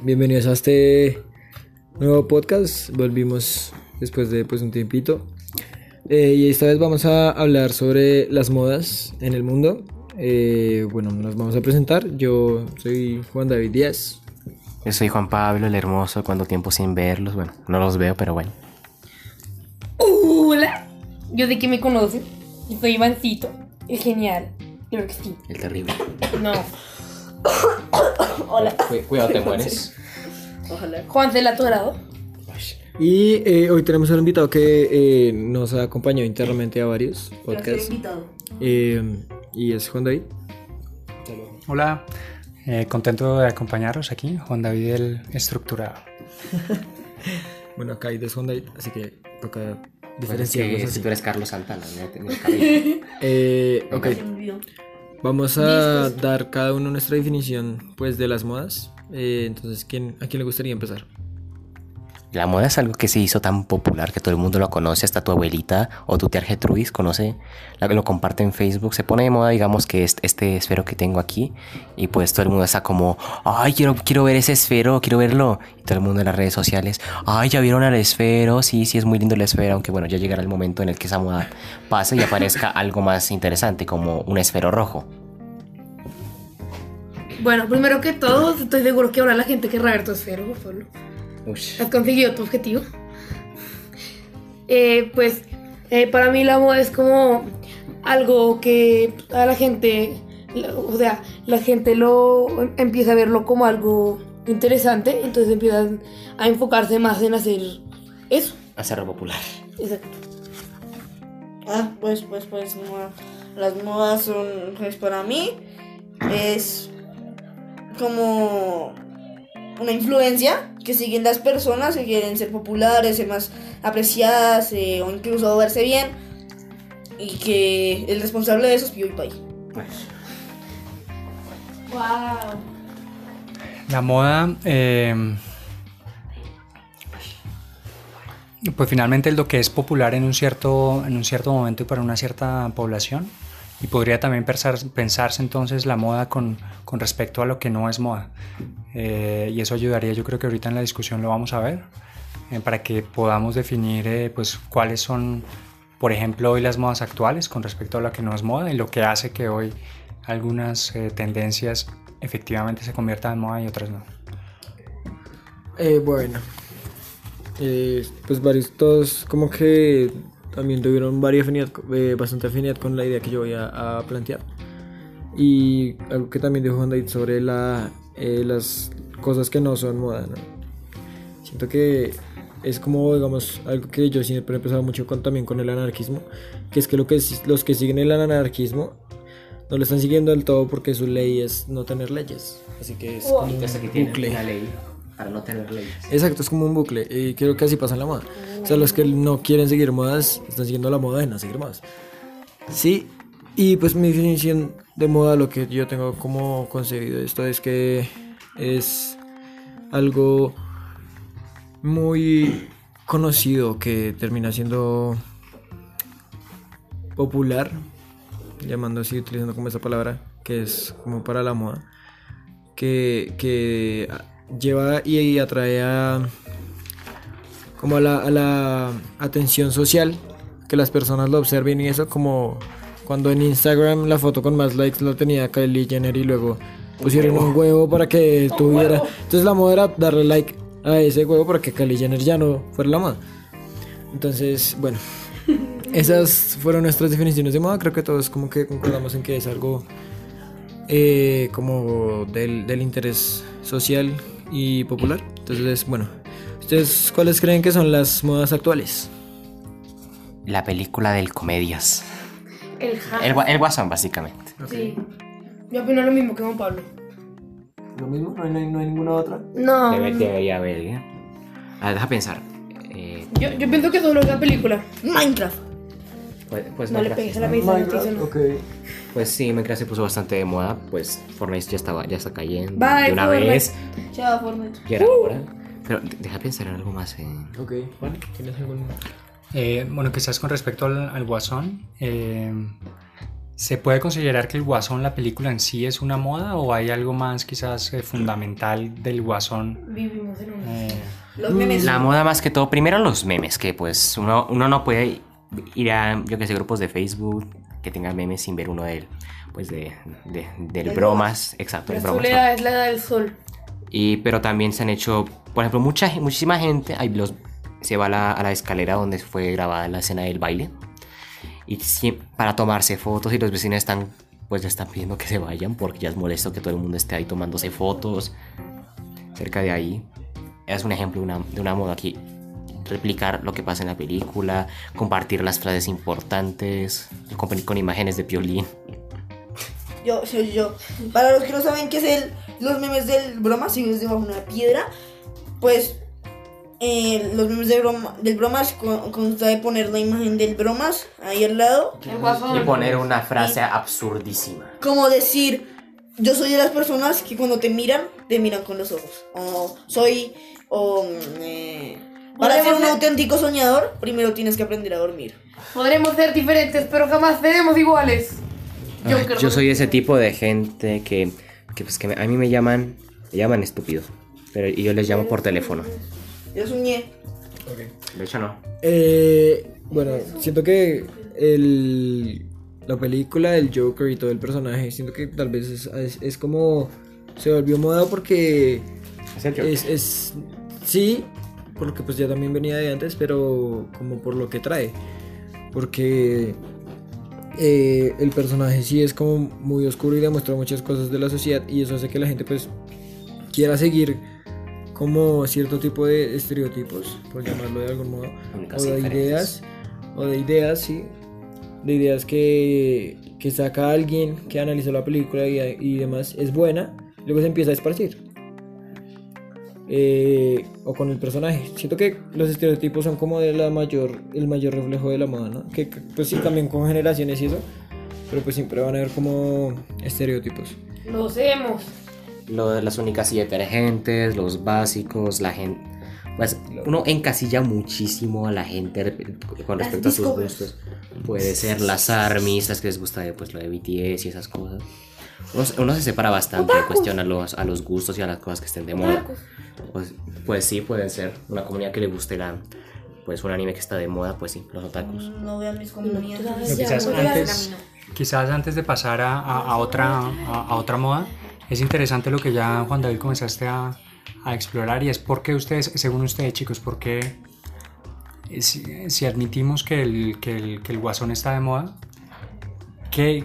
bienvenidos a este nuevo podcast. Volvimos después de un tiempito. Y esta vez vamos a hablar sobre las modas en el mundo. Nos vamos a presentar. Yo soy Juan David Díaz. Yo soy Juan Pablo, el hermoso. Cuánto tiempo sin verlos. Bueno, no los veo, pero bueno. Hola, yo sé que me conocen. Yo soy Ivancito, el genial. Creo que sí. El terrible. No. Hola. Cuidado, te mueres. Ojalá. Juan del Atorado. Y hoy tenemos a un invitado que nos ha acompañado internamente a varios podcasts. Y es Juan David. Hola, contento de acompañaros aquí, Juan David el estructurado. Bueno, acá hay dos Juan David, así que toca Pues diferenciarlos así. si tú eres Carlos Santana, no tienes cabello. Ok, vamos a dar cada uno nuestra definición pues de las modas. Entonces, ¿a quién le gustaría empezar? La moda es algo que se hizo tan popular que todo el mundo lo conoce, hasta tu abuelita o tu tía Gertrudis conoce, lo comparte en Facebook, se pone de moda, digamos, que este esfero que tengo aquí, y pues todo el mundo está como, ay, quiero ver ese esfero, quiero verlo, y todo el mundo en las redes sociales, ay, ya vieron al esfero, sí, es muy lindo el esfero, aunque bueno, ya llegará el momento en el que esa moda pase y aparezca algo más interesante, como un esfero rojo. Bueno, primero que todo, estoy seguro que ahora la gente querrá ver tu esfero, Pablo. ¿Has conseguido tu objetivo? Para mí la moda es como algo que a la gente, la gente lo empieza a verlo como algo interesante, entonces empiezan a enfocarse más en hacer eso. Hacerlo popular. Exacto. Las modas son, pues para mí, es como una influencia que siguen las personas que quieren ser populares, ser más apreciadas o incluso verse bien, y que el responsable de eso es PewDiePie. Wow. La moda, pues finalmente es lo que es popular en un cierto momento y para una cierta población. Y podría también pensarse entonces la moda con respecto a lo que no es moda. Y eso ayudaría, yo creo que ahorita en la discusión lo vamos a ver, para que podamos definir pues cuáles son, por ejemplo, hoy las modas actuales con respecto a lo que no es moda y lo que hace que hoy algunas tendencias efectivamente se conviertan en moda y otras no. Pues todos como que también tuvieron bastante afinidad con la idea que yo voy a plantear. Y algo que también dijo Juan David sobre las cosas que no son moda, ¿no? Siento que es como, digamos, algo que yo siempre he empezado mucho también con el anarquismo, que es que los que siguen el anarquismo no lo están siguiendo del todo porque su ley es no tener leyes. Así que es como un bucle. Una ley para no tener leyes. Exacto, es como un bucle, y creo que así pasa en la moda. O sea, los que no quieren seguir modas están siguiendo la moda de no seguir modas. Sí, y pues mi definición de moda, lo que yo tengo como concebido esto es que es algo muy conocido que termina siendo popular, llamando así, utilizando como esa palabra, que es como para la moda, que lleva y atrae como a la atención social, que las personas lo observen, y eso como cuando en Instagram la foto con más likes la tenía Kylie Jenner y luego pusieron un huevo para que tuviera. Entonces la moda era darle like a ese huevo para que Kylie Jenner ya no fuera la moda. Entonces, bueno, esas fueron nuestras definiciones de moda. Creo que todos como que concordamos en que es algo como del interés social y popular. Entonces, bueno, ¿ustedes cuáles creen que son las modas actuales? La película del comedias. El Guasón, básicamente. Sí. Yo opino lo mismo que Juan Pablo. ¿Lo mismo? ¿No hay ninguna otra? No. Debería haber, ¿eh? Deja pensar. Yo pienso que solo es la película. Minecraft. Pues No le Minecraft pegues a la sí. mesa. Minecraft, no. ok. Pues sí, Minecraft se puso bastante de moda. Pues Fortnite ya está cayendo. Bye, de una Fortnite. vez. Chao, Fortnite. Ya era hora. Pero deja pensar en algo más. Ok, Juan, ¿tienes algún...? Bueno, quizás con respecto al Guasón, ¿Se puede considerar que el Guasón, la película en sí, es una moda o hay algo más quizás fundamental del Guasón? Vivimos en un... Los memes. La moda más que todo, primero los memes, que pues uno no puede ir a, yo que sé, grupos de Facebook que tengan memes sin ver uno del, pues del bromas, exacto, La el bromas. soledad es la edad del sol. Pero también se han hecho, por ejemplo, muchísima gente se va a la escalera donde fue grabada la escena del baile y para tomarse fotos, y los vecinos le están pidiendo que se vayan porque ya es molesto que todo el mundo esté ahí tomándose fotos cerca de ahí. Es un ejemplo de una moda aquí. Replicar lo que pasa en la película, compartir las frases importantes, con imágenes de Piolín. Yo. Para los que no saben qué es los memes del bromas, si vives debajo de una piedra, pues los memes del bromas consta de poner la imagen del bromas ahí al lado. El Guasón. Y poner una frase absurdísima. Como decir, yo soy de las personas que cuando te miran con los ojos. Para ser un auténtico soñador, primero tienes que aprender a dormir. Podremos ser diferentes, pero jamás seremos iguales. Yo soy ese tipo de gente que a mí me llaman estúpido, y yo les llamo por teléfono. Yo soñé. De hecho no. Bueno, siento que la película del Joker y todo el personaje, siento que tal vez es como se volvió moda porque ¿Es el Joker? sí, porque pues ya también venía de antes, pero como por lo que trae, porque el personaje sí es como muy oscuro y demuestra muchas cosas de la sociedad, y eso hace que la gente pues quiera seguir como cierto tipo de estereotipos, por llamarlo de algún modo, Únicas o de diferentes. ideas que saca alguien que analizó la película y demás, es buena, luego se empieza a esparcir. O con el personaje. Siento que los estereotipos son como el mayor reflejo de la moda, ¿no? Que pues sí cambian con generaciones y eso, pero pues siempre van a haber como estereotipos. Lo hacemos. Lo de las únicas y detergentes, los básicos, la gente. Pues uno encasilla muchísimo a la gente con respecto a sus gustos. Puede ser las ARMYs, las que les gusta pues, lo de BTS y esas cosas. Uno se separa bastante en cuestión a los gustos y a las cosas que estén de moda. Pues sí, pueden ser una comunidad que le guste pues un anime que está de moda, pues sí, los otakus. No vean mis comunidades. Quizás antes de pasar a otra moda, es interesante lo que ya Juan David comenzaste a explorar, y es por qué ustedes, según ustedes chicos, por qué si admitimos que el Guasón está de moda, ¿qué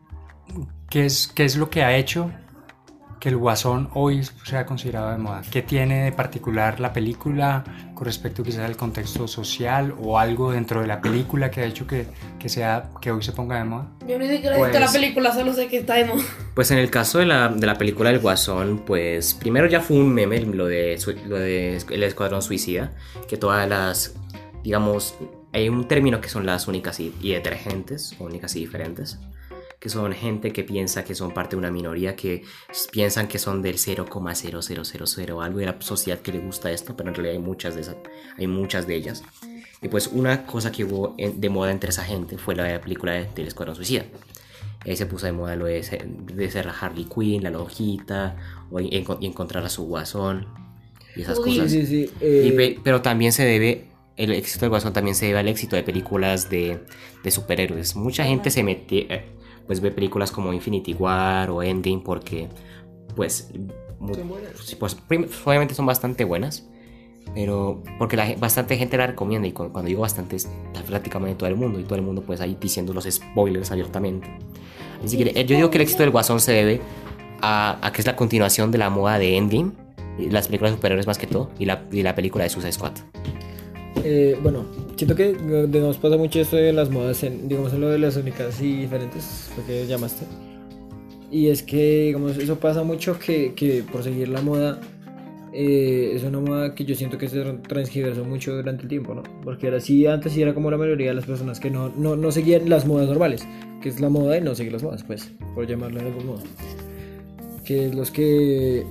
es lo que ha hecho que el Guasón hoy sea considerado de moda? ¿Qué tiene de particular la película con respecto quizás al contexto social, o algo dentro de la película que ha hecho que hoy se ponga de moda? Yo ni siquiera he visto la película, solo sé que está de moda. Pues en el caso de la película del Guasón, pues primero ya fue un meme lo de el Escuadrón Suicida, que todas las, digamos, hay un término que son las únicas y detergentes, o únicas y diferentes, que son gente que piensa que son parte de una minoría, que piensan que son del 0,0000 algo de la sociedad que le gusta esto, pero en realidad hay muchas de ellas. Y pues una cosa que hubo de moda entre esa gente fue la película del Escuadrón Suicida. Ahí se puso de moda lo de ser la Harley Quinn, la lojita, y encontrar a su Guasón y esas cosas. Sí. Pero también el éxito del Guasón también se debe al éxito de películas de superhéroes. Mucha gente se mete, pues ve películas como Infinity War o Endgame porque pues obviamente son bastante buenas, pero porque bastante gente la recomienda, y cuando digo bastante es prácticamente todo el mundo, y todo el mundo pues ahí diciendo los spoilers abiertamente. Así que yo digo que el éxito del Guasón se debe a que es la continuación de la moda de Endgame, las películas de superhéroes más que todo, y la película de Suicide Squad. Bueno, siento que nos pasa mucho esto de las modas, digamos en lo de las únicas y diferentes, lo que llamaste. Y es que, digamos, eso pasa mucho que por seguir la moda, es una moda que yo siento que se transgiversó mucho durante el tiempo, ¿no? Porque antes sí era como la mayoría de las personas que no seguían las modas normales, que es la moda y no seguir las modas, pues, por llamarlo de algún modo. Que es los que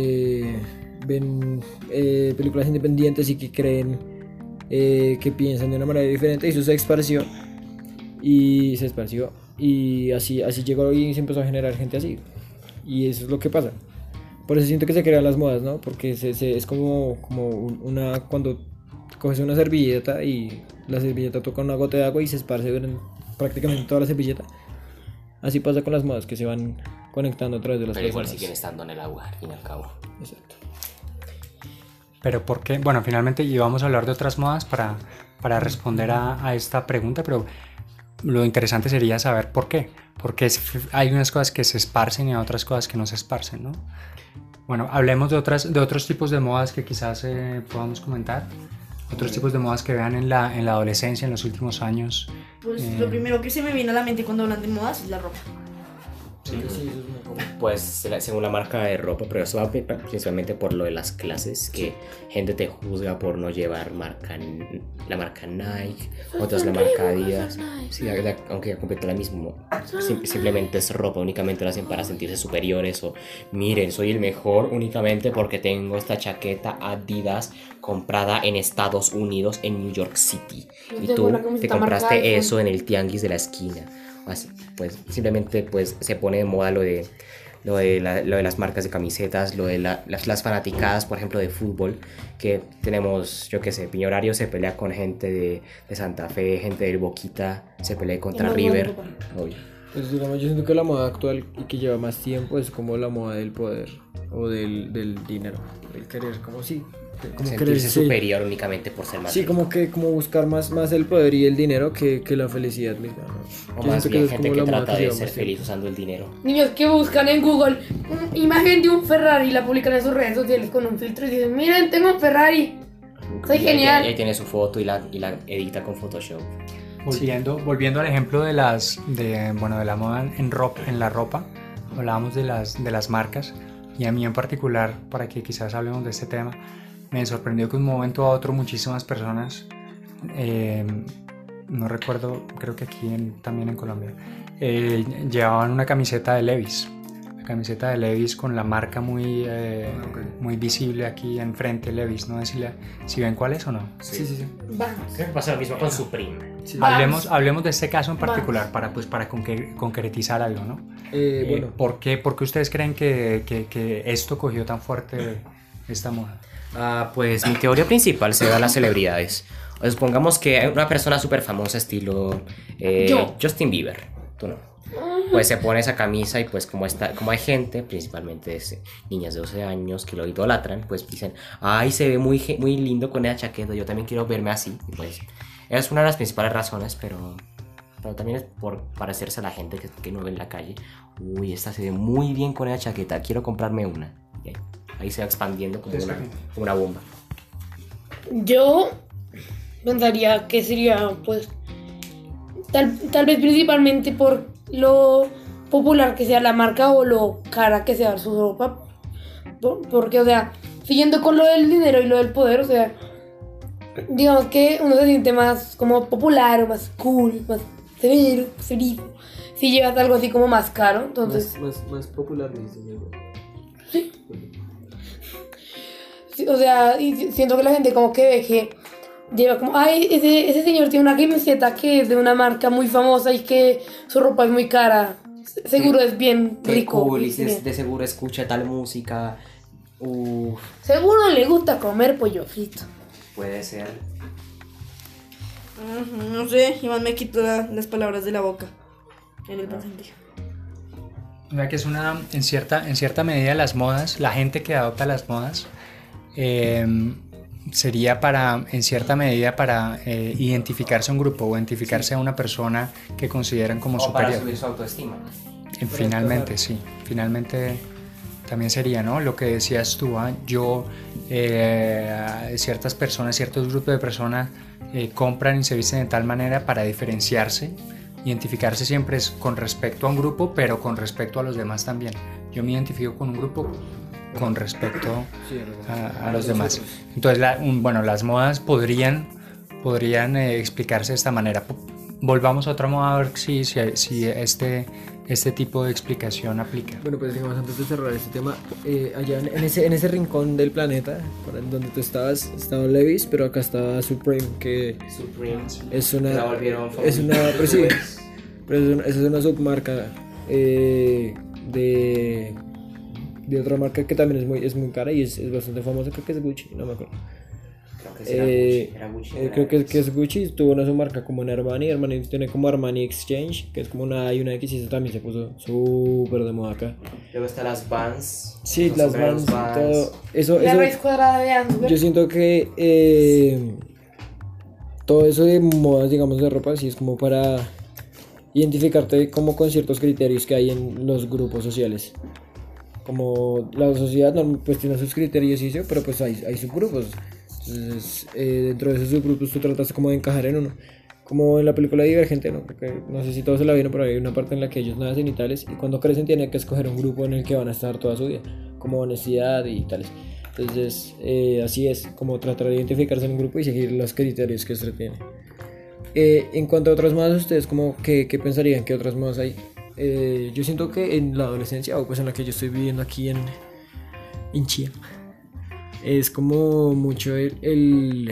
ven películas independientes y que creen que piensan de una manera diferente, y eso se esparció Y así llegó y se empezó a generar gente así. Y eso es lo que pasa. Por eso siento que se crean las modas, ¿no? Porque es como una... Cuando coges una servilleta y la servilleta toca una gota de agua y se esparce prácticamente toda la servilleta. Así pasa con las modas, que se van conectando a través de las Pero igual personas. siguen estando en el agua, al fin y al cabo. Exacto. Pero ¿por qué? Bueno, finalmente íbamos a hablar de otras modas para responder a esta pregunta, pero lo interesante sería saber por qué. Porque hay unas cosas que se esparcen y hay otras cosas que no se esparcen, ¿no? Bueno, hablemos de otros tipos de modas que quizás podamos comentar. Otros tipos de modas que vean en la adolescencia, en los últimos años. Pues lo primero que se me viene a la mente cuando hablan de modas es la ropa. Pues según la marca de ropa, pero eso va principalmente por lo de las clases, que gente te juzga por no llevar la marca Nike, otras la marca Adidas. Sí, aunque ya completo la misma, simplemente es ropa, únicamente lo hacen para sentirse superiores o miren, soy el mejor únicamente porque tengo esta chaqueta Adidas comprada en Estados Unidos, en New York City, y tú te compraste eso en el tianguis de la esquina. Así, pues simplemente pues se pone de moda lo de las marcas de camisetas, lo de las fanaticadas, por ejemplo, de fútbol, que tenemos, yo qué sé, Piñorario se pelea con gente de Santa Fe, gente del Boquita se pelea contra River. Pues digamos, yo siento que la moda actual y que lleva más tiempo es como la moda del poder o del dinero, el querer, como sí. Como sentirse superior únicamente por ser más rico. Como buscar más el poder y el dinero que la felicidad misma, ¿no? O más bien gente que trata de ser feliz usando el dinero. Niños que buscan en Google imagen de un Ferrari y la publican en sus redes sociales con un filtro y dicen, miren, tengo un Ferrari, soy genial. Ahí tiene su foto y la edita con Photoshop. Volviendo al ejemplo de la moda en la ropa, hablábamos de las marcas, y a mí en particular, para que quizás hablemos de este tema, me sorprendió que de un momento a otro muchísimas personas, no recuerdo, creo que aquí también en Colombia, llevaban una camiseta de Levi's. La camiseta de Levi's con la marca muy visible aquí enfrente, Levi's, no sé si ven cuál es o no. Sí. Creo que pasa lo mismo con Supreme. Sí. Hablemos de este caso en particular para concretizar algo, ¿no? Bueno. ¿Por qué ustedes creen que esto cogió tan fuerte esta moda? Pues mi teoría principal se da a las celebridades. O sea, supongamos que una persona súper famosa estilo Justin Bieber, tú no, pues se pone esa camisa y pues como hay gente, principalmente niñas de 12 años que lo idolatran, pues dicen, ay, se ve muy lindo con esa chaqueta, yo también quiero verme así. Y pues es una de las principales razones, pero también es por parecerse a la gente que no ve en la calle. Uy, esta se ve muy bien con esa chaqueta, quiero comprarme una. Y ahí se va expandiendo como una bomba. Yo pensaría que sería, pues, tal vez principalmente por lo popular que sea la marca o lo cara que sea su ropa. Porque, o sea, siguiendo con lo del dinero y lo del poder, o sea, digamos que uno se siente más como popular o más cool, más severo, feliz, si llevas algo así como más caro, entonces... Más popular, dice. Sí. O sea, y siento que la gente como que ve que lleva como, ay, ese señor tiene una camiseta que es de una marca muy famosa y que su ropa es muy cara. Seguro es bien rico. Cool, y de seguro escucha tal música. Seguro le gusta comer pollo frito. Puede ser. No sé, Iván me quitó las palabras de la boca en el pasante. O sea que es en cierta medida las modas, la gente que adopta las modas sería en cierta medida para identificarse a un grupo o identificarse a una persona que consideran como superior. Para subir su autoestima. Finalmente también sería, ¿no? Lo que decías tú, ciertas personas, ciertos grupos de personas compran y se visten de tal manera para diferenciarse. Identificarse siempre es con respecto a un grupo, pero con respecto a los demás también. Yo me identifico con un grupo con respecto a los demás. Entonces, las modas podrían explicarse de esta manera. Volvamos a otra moda a ver si este tipo de explicación aplica. Bueno, pues digamos, antes de cerrar este tema, allá en ese rincón del planeta, donde tú estabas, estaba Levi's, pero acá estaba Supreme, que Supreme es una... la volvieron es una... Pero sí, Pero esa es una submarca de otra marca que también es muy cara y es bastante famosa, creo que es Gucci, no me acuerdo. Creo que es Gucci, tuvo una submarca como en Armani tiene como Armani Exchange, que es como una A y una X, y eso también se puso súper de moda acá. Luego están las Vans. Sí, las Vans y todo. La raíz cuadrada de Answer. Yo siento que todo eso de modas, digamos, de ropa, sí es como para identificarte como con ciertos criterios que hay en los grupos sociales. Como la sociedad pues tiene sus criterios y eso, pero pues hay subgrupos. Entonces, dentro de esos subgrupos tú tratas como de encajar en uno. Como en la película Divergente, ¿no? Porque no sé si todos se la vieron, pero hay una parte en la que ellos nacen y tales, y cuando crecen tienen que escoger un grupo en el que van a estar toda su vida, como honestidad y tales. Entonces, así es, como tratar de identificarse en un grupo y seguir los criterios que se tiene. En cuanto a otras modas, ¿ustedes como qué pensarían? ¿Qué otras modas hay? Yo siento que en la adolescencia, o pues en la que yo estoy viviendo aquí en Chía, es como mucho el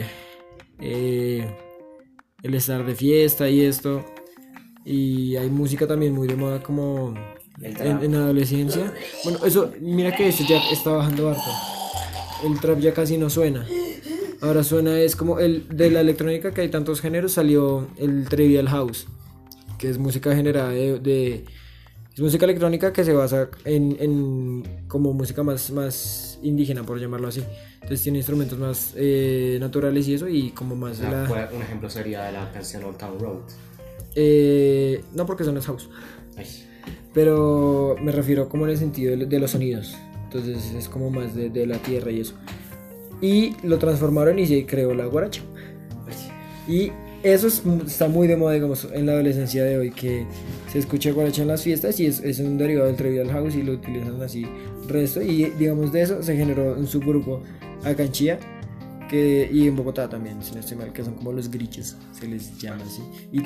estar de fiesta y esto, y hay música también muy de moda como en adolescencia. Bueno, eso, mira que eso ya está bajando harto, el trap ya casi no suena, ahora suena es como de la electrónica, que hay tantos géneros, salió el Trivial House, que es música generada es música electrónica que se basa en como música más indígena, por llamarlo así. Entonces tiene instrumentos más naturales y eso, y como más Un ejemplo sería la canción Old Town Road. No, porque eso no es house. Ay. Pero me refiero como en el sentido de los sonidos. Entonces es como más de la tierra y eso. Y lo transformaron y se creó la guaracha. Y eso está muy de moda, digamos, en la adolescencia de hoy, que se escucha guaracha en las fiestas y es un derivado del Trivial House y lo utilizan así resto, y digamos de eso se generó un subgrupo acá en Chía, y en Bogotá también, si no estoy mal, que son como los griches, se les llama así, y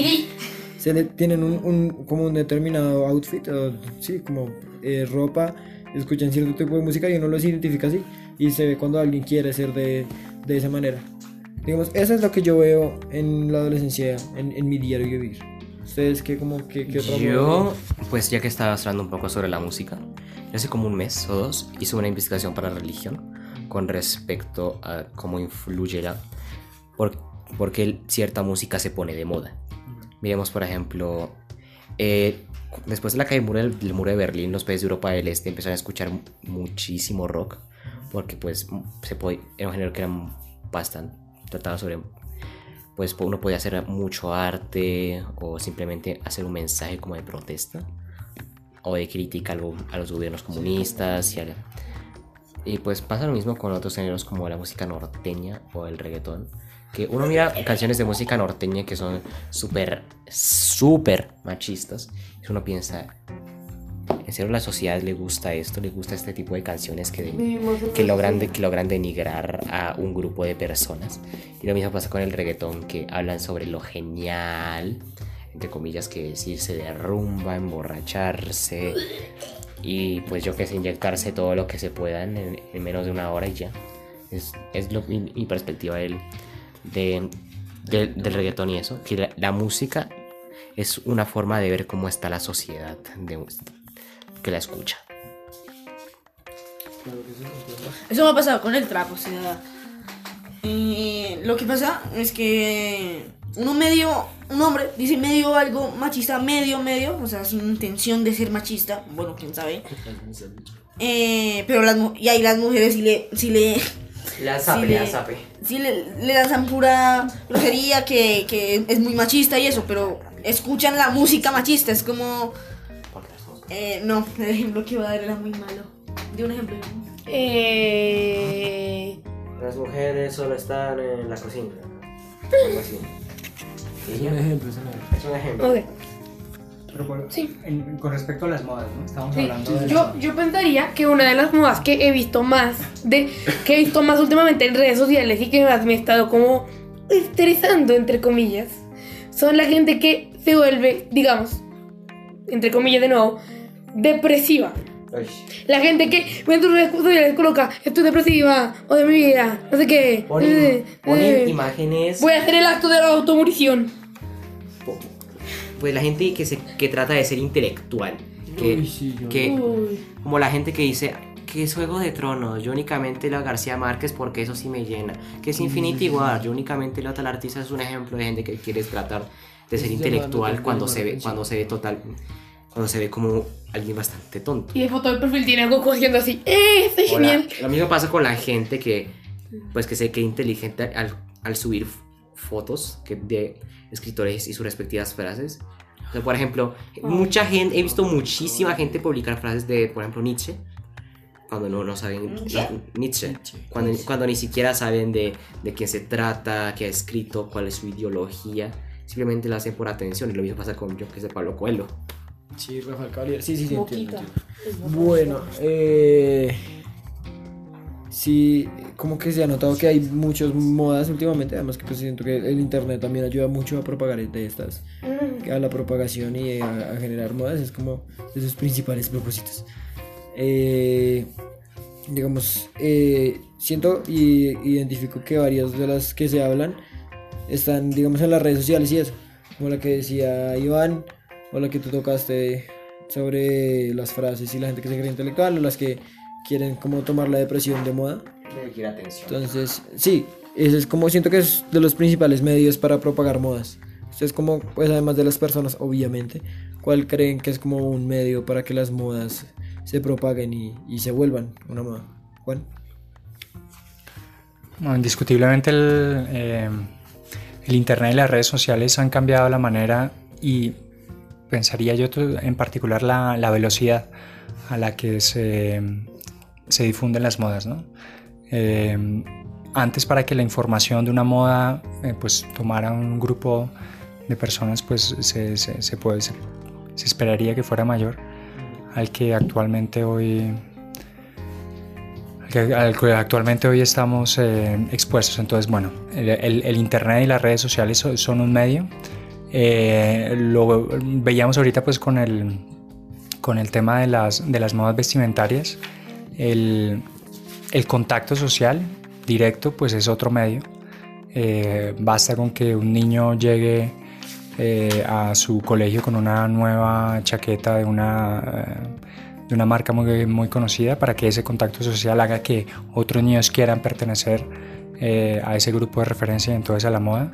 tienen como un determinado outfit, sí, como ropa, escuchan cierto tipo de música y uno los identifica así, y se ve cuando alguien quiere ser de esa manera. Digamos, eso es lo que yo veo en la adolescencia, en mi diario vivir. ¿Ustedes qué otra Yo, pues ya que estabas hablando un poco sobre la música, hace como un mes o dos hice una investigación para religión con respecto a cómo influye por qué cierta música se pone de moda. Miremos, por ejemplo, después de la caída del muro de Berlín, los países de Europa del Este empezaron a escuchar muchísimo rock, porque pues era un género que era bastante tratado sobre, pues uno podía hacer mucho arte o simplemente hacer un mensaje como de protesta o de crítica a los gobiernos comunistas y pues pasa lo mismo con otros géneros como la música norteña o el reggaetón, que uno mira canciones de música norteña que son súper machistas y uno piensa, ¿en serio la sociedad le gusta esto? ¿Le gusta este tipo de canciones que logran denigrar a un grupo de personas? Y lo mismo pasa con el reggaetón, que hablan sobre lo genial, entre comillas, que es irse de rumba, emborracharse y pues yo que sé, inyectarse todo lo que se pueda en menos de una hora y ya. Es mi perspectiva del reggaetón y eso, que la música es una forma de ver cómo está la sociedad que la escucha. Eso me ha pasado con el trap, o sea, lo que pasa es que un hombre dice medio algo machista, medio, o sea, sin intención de ser machista, bueno, quién sabe. Pero ahí las mujeres sí le lanzan pura grosería, que es muy machista y eso, pero escuchan la música machista, es como... no, el ejemplo que iba a dar era muy malo. De un ejemplo. Las mujeres solo están en la cocina. Algo así. Es un ejemplo. Es un ejemplo. Okay. Sí. Con respecto a las modas, ¿no? Estamos Sí. hablando de... Yo pensaría que una de las modas que he visto más últimamente en redes sociales y que más me he estado como estresando, entre comillas, son la gente que se vuelve, digamos, entre comillas de nuevo, depresiva. Ay. La gente que en tus redes sociales coloca estoy depresiva, odio mi vida, no sé qué. Ponen imágenes. Voy a hacer el acto de la automurición. pues la gente que trata de ser intelectual, Uy, sí, yo- como la gente que dice que es Juego de Tronos, yo únicamente leo a García Márquez porque eso sí me llena, que es Infinity War, yo únicamente leo a tal artista, es un ejemplo de gente que quiere tratar de ser Sí, intelectual llamando cuando también la cuando se ve cuando se ve como alguien bastante tonto. Y de foto de perfil tiene algo cogiendo así. ¡Estoy O la- genial! lo mismo pasa con la gente que pues que se cree inteligente al subir fotos de escritores y sus respectivas frases. O sea, por ejemplo, mucha gente, he visto muchísima gente publicar frases de, por ejemplo, Nietzsche, cuando no saben Nietzsche, cuando ni siquiera saben de quién se trata, qué ha escrito, cuál es su ideología, simplemente lo hacen por atención. Y lo mismo pasa con yo que sé, Pablo Coelho. Sí, Rafael Cavalier. Sí, entiendo, Boquita. entiendo. Bueno, sí, como que se ha notado que hay muchas modas últimamente, además que pues siento que el internet también ayuda mucho a propagar de estas, a la propagación y a generar modas, es como de sus principales propósitos. Digamos, siento y identifico que varias de las que se hablan están, digamos, en las redes sociales y eso, como la que decía Iván, o la que tú tocaste sobre las frases y la gente que se cree intelectual, o las que quieren como tomar la depresión de moda. Dirigir atención. Entonces, sí, ese es como siento que es de los principales medios para propagar modas. Ustedes como, pues además de las personas, obviamente, ¿cuál creen que es como un medio para que las modas se propaguen y se vuelvan una moda? Juan. Bueno, indiscutiblemente el internet y las redes sociales han cambiado la manera y pensaría yo en particular la velocidad a la que se difunden las modas, ¿no? Antes, para que la información de una moda pues tomara un grupo de personas, pues se esperaría que fuera mayor al que actualmente hoy estamos expuestos. Entonces, bueno, el internet y las redes sociales son un medio. Lo veíamos ahorita pues con el tema de las modas vestimentarias. El contacto social directo pues es otro medio. Basta con que un niño llegue a su colegio con una nueva chaqueta de una marca muy, muy conocida para que ese contacto social haga que otros niños quieran pertenecer a ese grupo de referencia y entonces a la moda.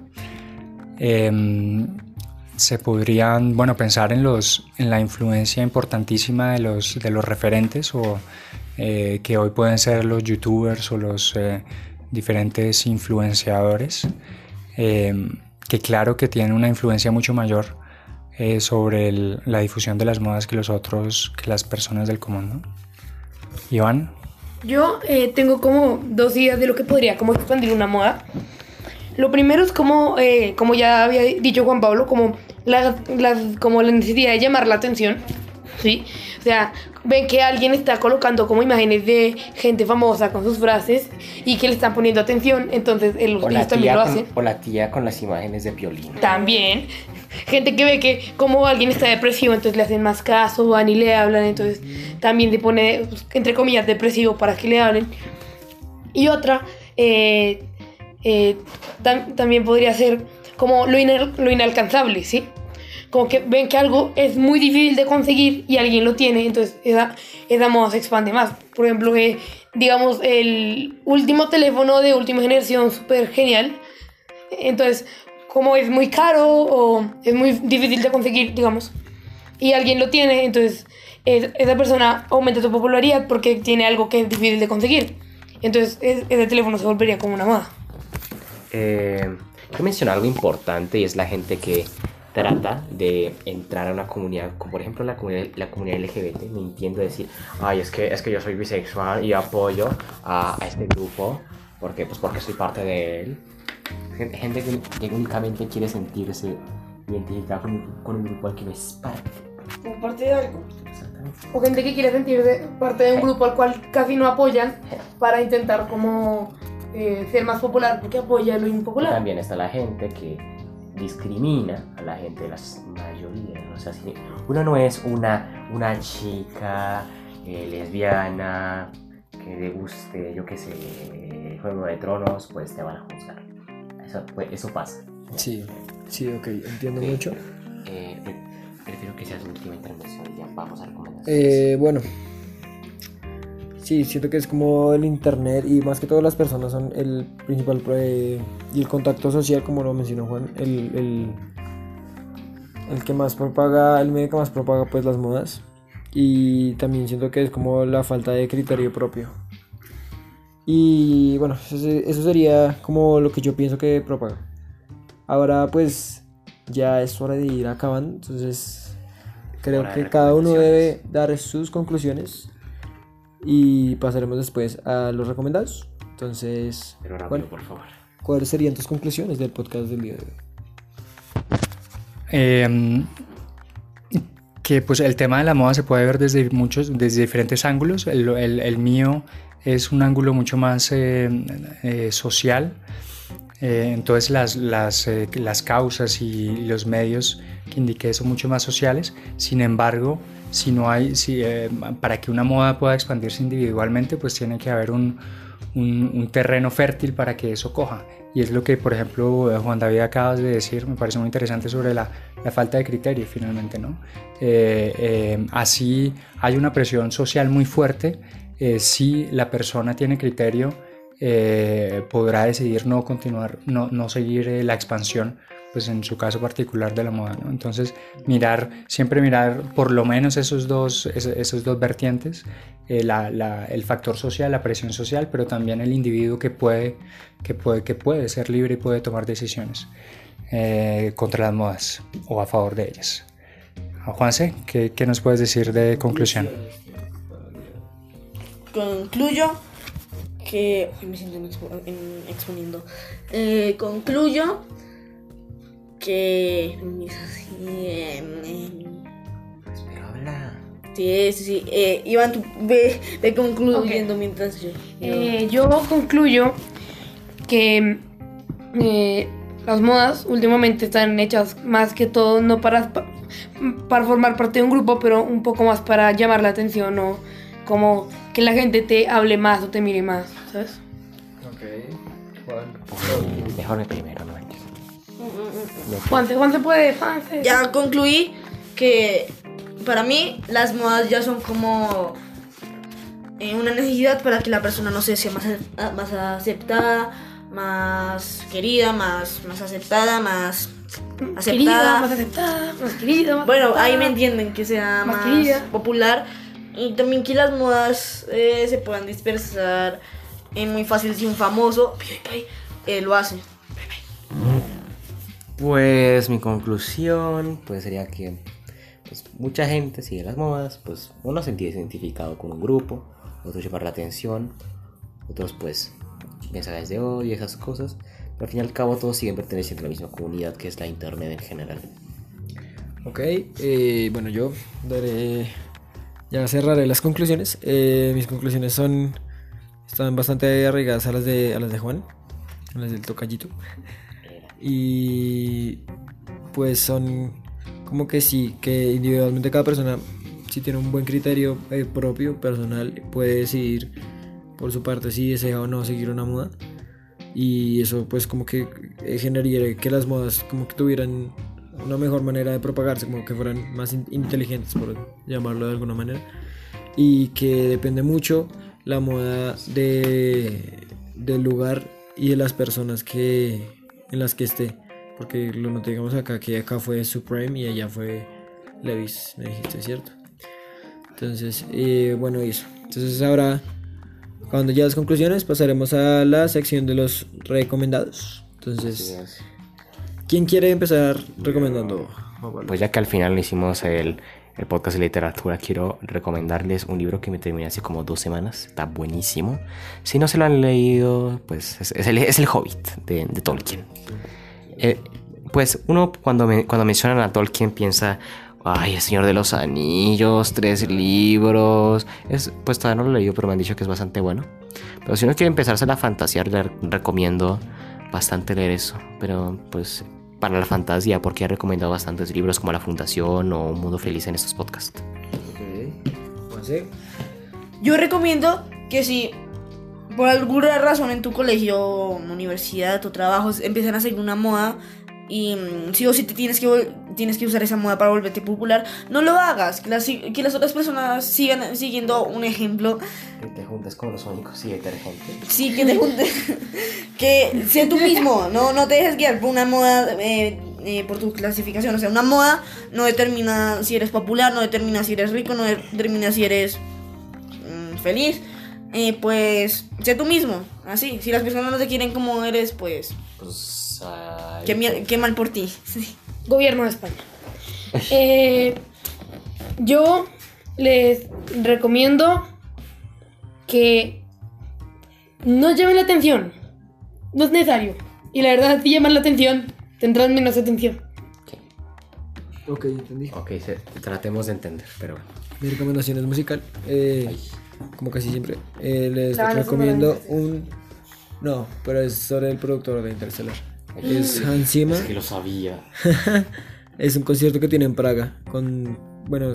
Se podrían, bueno, pensar en la influencia importantísima de los referentes o que hoy pueden ser los youtubers o los diferentes influenciadores, que claro que tienen una influencia mucho mayor sobre la difusión de las modas que las personas del común, ¿no? Iván. Yo tengo como dos ideas de lo que podría como expandir una moda. Lo primero es como ya había dicho Juan Pablo, como como la necesidad de llamar la atención, ¿sí? O sea, ven que alguien está colocando como imágenes de gente famosa con sus frases y que le están poniendo atención, entonces ellos también lo hacen. O la tía con las imágenes de Piolín. También, gente que ve que como alguien está depresivo, entonces le hacen más caso, van y le hablan, entonces también se pone, pues, entre comillas, depresivo para que le hablen. Y otra, también podría ser como lo inalcanzable, ¿sí? Como que ven que algo es muy difícil de conseguir y alguien lo tiene, entonces esa moda se expande más. Por ejemplo, digamos, el último teléfono de última generación súper genial, entonces como es muy caro o es muy difícil de conseguir, digamos, y alguien lo tiene, entonces esa persona aumenta su popularidad porque tiene algo que es difícil de conseguir. Entonces ese teléfono se volvería como una moda. Quiero mencionar algo importante y es la gente que trata de entrar a una comunidad, como por ejemplo la comunidad LGBT. Me entiendo decir, ay, es que yo soy bisexual y apoyo a este grupo porque soy parte de él. Gente que únicamente quiere sentirse identificada con un grupo al que no es parte. Como parte de algo. Exactamente. O gente que quiere sentirse parte de un grupo al cual casi no apoyan para intentar como ser más popular porque apoya lo impopular. También está la gente que discrimina a la gente de las mayorías. O sea, si uno no es una chica lesbiana que le guste, yo qué sé, Juego de Tronos, pues te van a juzgar. Eso pasa. Sí, ok, entiendo mucho. Prefiero que sea su última intervención y ya vamos a recomendaciones. Bueno, sí, siento que es como el internet y más que todo las personas son el principal y el contacto social, como lo mencionó Juan, el que más propaga, el medio que más propaga pues las modas. Y también siento que es como la falta de criterio propio. Y bueno, eso sería como lo que yo pienso que propaga. Ahora pues ya es hora de ir acabando, entonces creo Hora de que cada uno recomendaciones. debe dar sus conclusiones y pasaremos después a los recomendados. Entonces, Pero rápido, bueno, por favor. ¿cuáles serían tus conclusiones del podcast del día de hoy? Que pues el tema de la moda se puede ver desde diferentes ángulos. El mío es un ángulo mucho más social. Entonces las causas y los medios que indiqué son mucho más sociales. Sin embargo, para que una moda pueda expandirse individualmente, pues tiene que haber un terreno fértil para que eso coja. Y es lo que, por ejemplo, Juan David acabas de decir, me parece muy interesante sobre la falta de criterio finalmente, ¿no? Así hay una presión social muy fuerte. Si la persona tiene criterio, podrá decidir no continuar, no seguir la expansión, pues en su caso particular de la moda, ¿no? Entonces siempre mirar por lo menos esos dos vertientes, el factor social, la presión social, pero también el individuo que puede ser libre y puede tomar decisiones contra las modas o a favor de ellas. Juanse, ¿qué nos puedes decir de conclusión? Concluyo que... Uy, me siento exponiendo. Concluyo que... Pero habla. Sí. Iván, tú ve concluyendo mientras yo... Yo concluyo que las modas últimamente están hechas más que todo no para formar parte de un grupo, pero un poco más para llamar la atención o como que la gente te hable más o te mire más, ¿sabes? Ok, Juan. Mejor el primero, ¿no? Juan se puede, Juan se... Ya concluí que para mí las modas ya son como una necesidad para que la persona, no sé, sea más aceptada, más querida, más aceptada, más Querida, aceptada. más aceptada, más querida, más Bueno, aceptada. ahí me entienden, que sea Más más querida. popular. Y también que las modas se puedan dispersar muy fácil si un famoso lo hace. Pues mi conclusión pues sería que pues, mucha gente sigue las modas, pues uno se siente identificado con un grupo, otros llamar la atención, otros pues mensajes de odio y esas cosas, pero al fin y al cabo todos siguen perteneciendo a la misma comunidad que es la internet en general. Ok, bueno, yo ya cerraré las conclusiones. Mis conclusiones están bastante arraigadas a las de Juan, a las del tocallito. Y pues son como que sí, que individualmente cada persona, si tiene un buen criterio propio, personal, puede decidir por su parte si desea o no seguir una moda. Y eso pues como que generaría que las modas como que tuvieran una mejor manera de propagarse, como que fueran más inteligentes, por llamarlo de alguna manera. Y que depende mucho la moda del lugar y de las personas en las que esté, porque lo noté, digamos acá, que acá fue Supreme y allá fue Levi's, me dijiste, ¿cierto? Entonces, bueno, eso. Entonces ahora, cuando ya las conclusiones, pasaremos a la sección de los recomendados. Entonces, ¿quién quiere empezar recomendando? Pues ya que al final hicimos el podcast de literatura, quiero recomendarles un libro que me terminé hace como 2 semanas. Está buenísimo. Si no se lo han leído, pues es el Hobbit de Tolkien. Pues uno cuando mencionan a Tolkien piensa, ay, el Señor de los Anillos, 3 libros. Pues todavía no lo he leído, pero me han dicho que es bastante bueno. Pero si uno quiere empezarse a la fantasía, le recomiendo bastante leer eso. Pero pues para la fantasía, porque he recomendado bastantes libros como La Fundación o Un Mundo Feliz en estos podcasts. Yo recomiendo que si por alguna razón en tu colegio, universidad o trabajo empiezan a seguir una moda, y sí o sí tienes que usar esa moda para volverte popular, no lo hagas, que las otras personas sigan siguiendo un ejemplo. Que te juntes con los únicos, sí, detergente. Sí, que te juntes, que sé tú mismo, no te dejes guiar por una moda, por tu clasificación. O sea, una moda no determina si eres popular, no determina si eres rico, no determina si eres feliz. Pues sé tú mismo, así. Si las personas no te quieren como eres, pues qué mal por ti. Sí. Gobierno de España. Yo les recomiendo que no llamen la atención. No es necesario. Y la verdad, si llaman la atención, tendrán menos atención. Ok, entendí. Ok, tratemos de entender, pero... Mi recomendación es musical. Como casi siempre. Les La banda recomiendo sonora. un... No, pero es sobre el productor de Interstellar. Es Hans Zimmer. Es que lo sabía. Es un concierto que tiene en Praga con, bueno,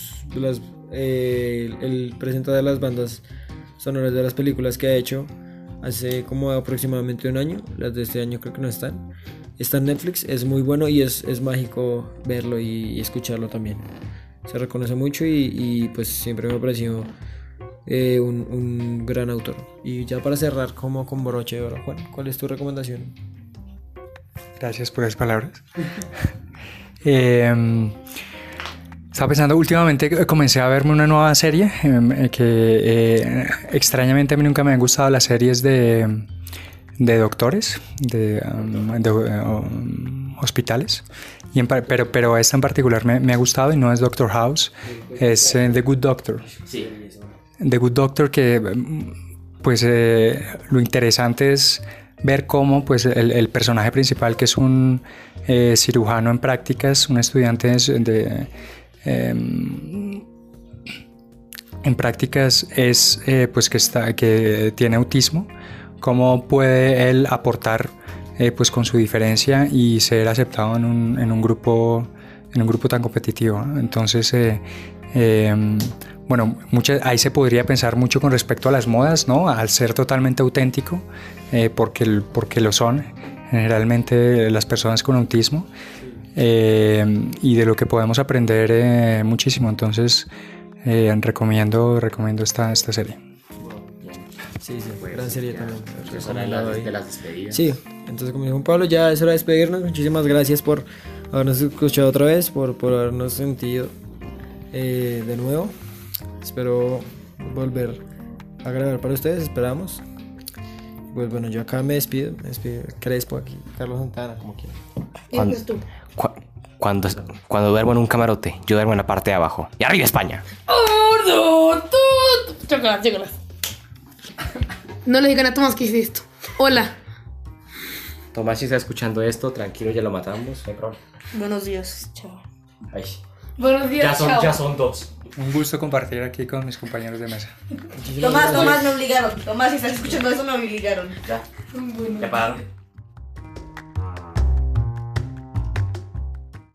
él presenta de las bandas sonoras de las películas que ha hecho hace como aproximadamente un año. Las de este año creo que no están. Está en Netflix, es muy bueno y es mágico verlo y escucharlo también. Se reconoce mucho y pues siempre me ha parecido un gran autor. Y ya para cerrar como con broche de oro, Juan, ¿cuál es tu recomendación? Gracias por esas palabras. Estaba pensando, últimamente comencé a verme una nueva serie que extrañamente a mí nunca me han gustado las series de doctores, de hospitales, pero esta en particular me ha gustado y no es Doctor House, es The Good Doctor. Sí. The Good Doctor, que pues lo interesante es ver cómo pues el personaje principal, que es un cirujano en prácticas, un estudiante en prácticas, es pues que tiene autismo, cómo puede él aportar pues con su diferencia y ser aceptado en un grupo tan competitivo. Entonces bueno, ahí se podría pensar mucho con respecto a las modas, ¿no? Al ser totalmente auténtico, porque lo son generalmente las personas con autismo, y de lo que podemos aprender muchísimo. Entonces recomiendo esta serie. Sí, gran serie también. Es hora de las despedidas. Sí, entonces como dijo Pablo, ya es hora de despedirnos. Muchísimas gracias por habernos escuchado otra vez, por habernos sentido de nuevo. Espero volver a grabar para ustedes, esperamos. Pues bueno, yo acá me despido Crespo aquí, Carlos Santana, como quieran. Cuando, Tú. cuando duermo en un camarote, yo duermo en la parte de abajo. ¡Y arriba España! Chócalas. No le digan a Tomás que hice esto. Hola. Tomás, si está escuchando esto, tranquilo, ya lo matamos. No hay problema. Buenos días, chao. Ay, Buenos días, chao. ya son dos. Un gusto compartir aquí con mis compañeros de mesa. Tomás, me obligaron. Tomás, si estás escuchando eso, me obligaron. Ya. Ya pararon.